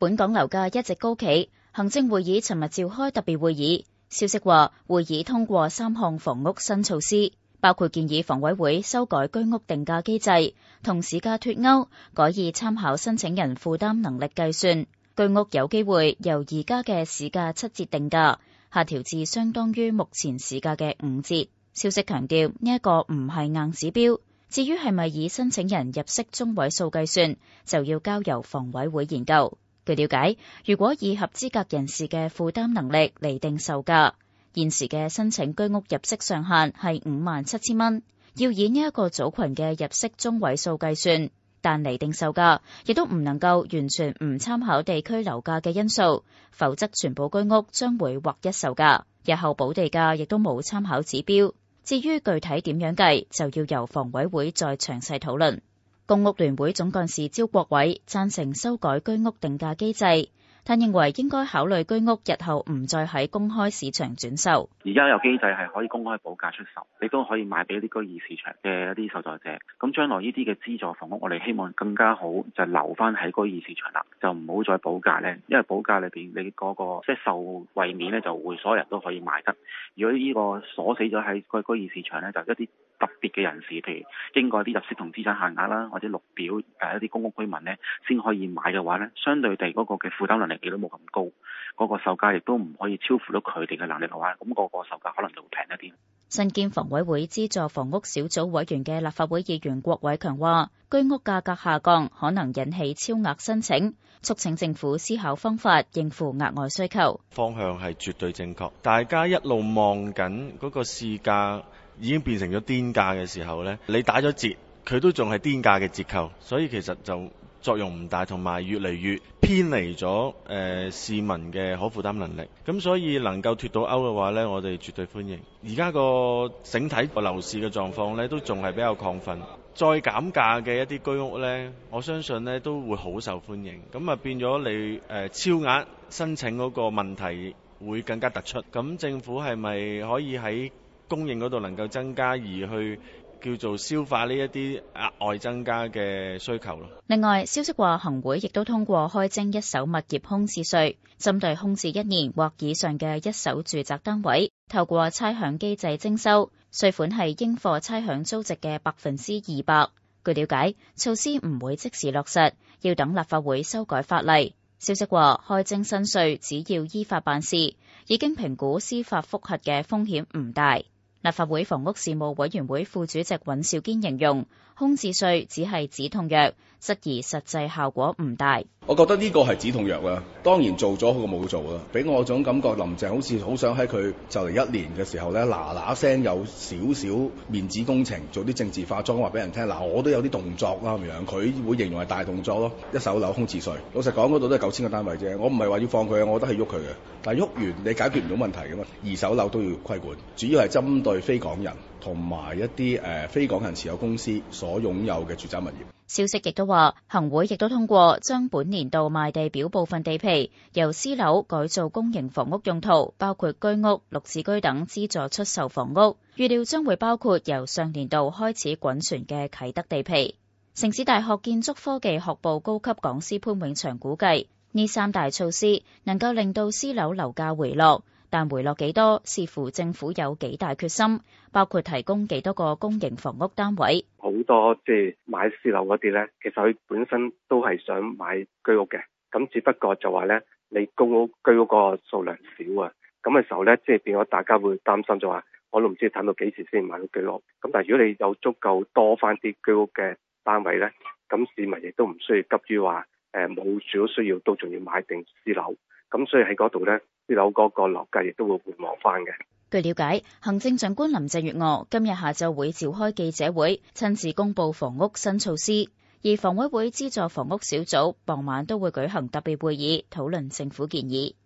本港樓價一直高企，行政會議尋日召開特別會議，消息話會議通過3項房屋新措施，包括建議房委會修改居屋定價機制，同市價脫鈎，改以參考申請人負擔能力計算，居屋有機會由而家嘅市價7折定價，下調至相當於目前市價嘅5折。消息強調呢一個唔係硬指標，至於係咪以申請人入息中位數計算，就要交由房委會研究。據了解，如果以合資格人士嘅負擔能力釐定售價，現時嘅申請居屋入息上限係57,000蚊，要以呢一個組群嘅入息中位數計算，但釐定售價亦都唔能夠完全唔參考地區樓價嘅因素，否則全部居屋將會劃一售價，日後補地價亦都冇參考指標。至於具體點樣計，就要由房委會再詳細討論。公屋聯會總幹事招國偉贊成修改居屋定價機制，但認為應該考慮居屋日後唔再喺公開市場轉售。 而家有機制係可以公開補價出售，你都可以賣俾啲居二市場嘅一啲受助者。咁將來呢啲嘅資助房屋，我哋希望更加好就留翻喺居二市場啦，就唔好再補價咧。因為補價裏邊你嗰個即係受惠面咧，就會所有人都可以買得。如果呢個鎖死咗喺居二市場咧，就一啲特別嘅人士，譬如經過啲入息同資產限額啦，或者綠表一啲公屋居民咧，先可以買嘅話咧，相對地嗰個嘅負擔能力亦都冇咁高，嗰個售價亦都唔可以超乎到佢哋嘅能力嘅話，咁個售價可能就會平一啲。 身兼房委會資助房屋小組委員嘅立法會議員郭偉強話，居屋價格下降可能引起超額申請，促請政府思考方法應付額外需求。 方向係絕對正確，大家一路望緊嗰個市價已經變成咗癲價嘅時候呢，你打咗折，佢都仲係癲價嘅折扣，所以其實就作用唔大，同埋越嚟越偏離咗市民嘅可負擔能力。咁所以能夠脫到鈎嘅話呢，我哋絕對歡迎。而家個整體個樓市嘅狀況呢，都仲係比較亢奮。再減價嘅一啲居屋呢，我相信呢都會好受歡迎。咁啊變咗你超額申請嗰個問題會更加突出。咁政府係咪可以喺供應嗰度能夠增加，而去叫做消化呢一啲額外增加嘅需求咯。 另外，消息話行會亦都通過開徵一手物業空置稅，針對空置1年或以上嘅一手住宅單位，透過差餉機制徵收，稅款係應課差餉租值嘅200%。據了解，措施唔會即時落實，要等立法會修改法例。消息話，開徵新稅只要依法辦事，已經評估司法覆核嘅風險唔大。立法會房屋事務委員會副主席尹兆堅形容，空置稅只係止痛藥，質疑實際效果唔大。 我覺得呢個係止痛藥啦，當然做咗好過冇做啦。俾我種感覺，林鄭好似好想喺佢就嚟1年嘅時候咧，嗱聲有少少面子工程，做啲政治化妝，話俾人聽。嗱，我都有啲動作啦咁樣，佢會形容係大動作咯。一手樓空置稅，老實講嗰度都係9000個單位啫。我唔係話要放佢，我覺得係喐佢嘅。但係喐完你解決唔到問題㗎嘛。二手樓都要規管，主要係針對非港人同埋一啲非港人持有公司所擁有嘅住宅物業。 消息亦都話，行會亦都通過將本年度賣地表部分地皮由私樓改造公營房屋用途，包括居屋、綠置居等資助出售房屋。預料將會包括由上年度開始滾存嘅啟德地皮。城市大學建築科技學部高級講師潘永祥估計，呢3大措施能夠令到私樓樓價回落。但回落幾多，視乎政府有幾大決心，包括提供幾多個公營房屋單位。 好多即係買私樓嗰啲咧，其實佢本身都係想買居屋嘅，咁只不過就話咧，你公屋居屋個數量少啊，咁嘅時候咧，即係變咗大家會擔心就話，我都唔知等到幾時先買到居屋。咁但係如果你有足夠多翻啲居屋嘅單位咧，咁市民亦都唔需要急於話冇住屋需要都仲要買定私樓。咁所以喺嗰度呢，私樓嗰個樓價亦都會回望翻嘅。 據了解，行政長官林鄭月娥今日下晝會召開記者會，親自公布房屋新措施，而房委會資助房屋小組傍晚都會舉行特別會議，討論政府建議。